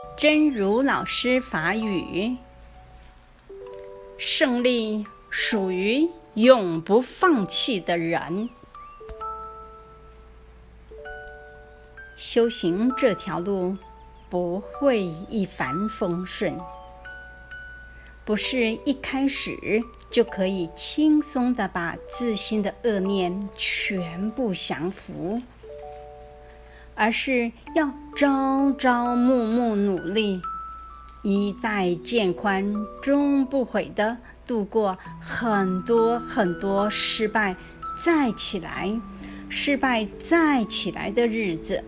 真如老师法语，胜利属于永不放弃的人。修行这条路不会一帆风顺，不是一开始就可以轻松地把自心的恶念全部降服，而是要朝朝暮暮努力，一代渐宽终不悔地度过很多很多失败再起来、失败再起来的日子。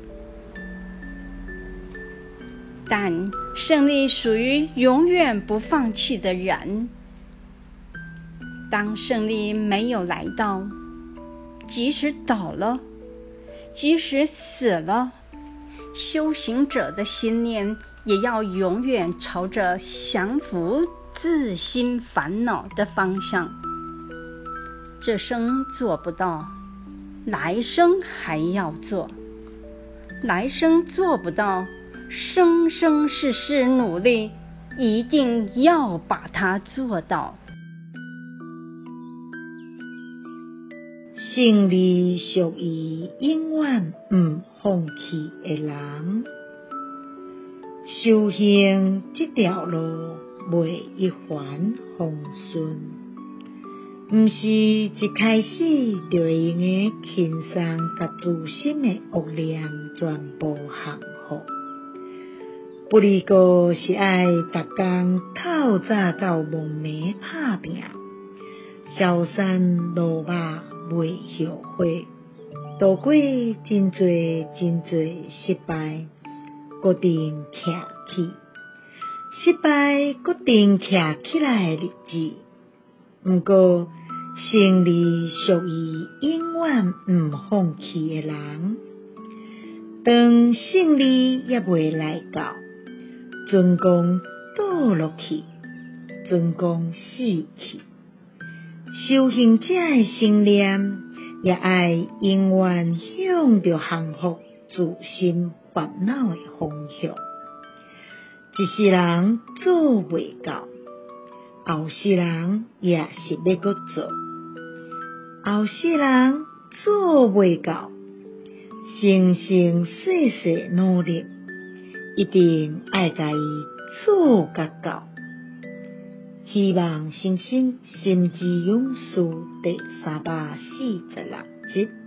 但胜利属于永远不放弃的人。当胜利没有来到，即使倒了，即使死了，修行者的心念也要永远朝着降服自心烦恼的方向。这生做不到，来生还要做；来生做不到，生生世世努力，一定要把它做到。 胜利属于永远不放弃的人。修行这条路袂一帆风顺，不是一开始就会用的轻松甲自心的恶念全部降服，不离个是爱逐天透早到梦暝打拼，消散落马袂后悔，度过真多失败，决定徛起，失败决定徛起来的日子。不过胜利属于永远不放弃的人。当胜利也未来到，准讲倒落去，准讲死去，修行者的心念也爱永远向着降服自心烦恼的方向。一世人做袂到，后世人也是要搁做；后世人做袂到，生生世世努力，一定爱甲伊做甲到。希望新生心之勇士第346集。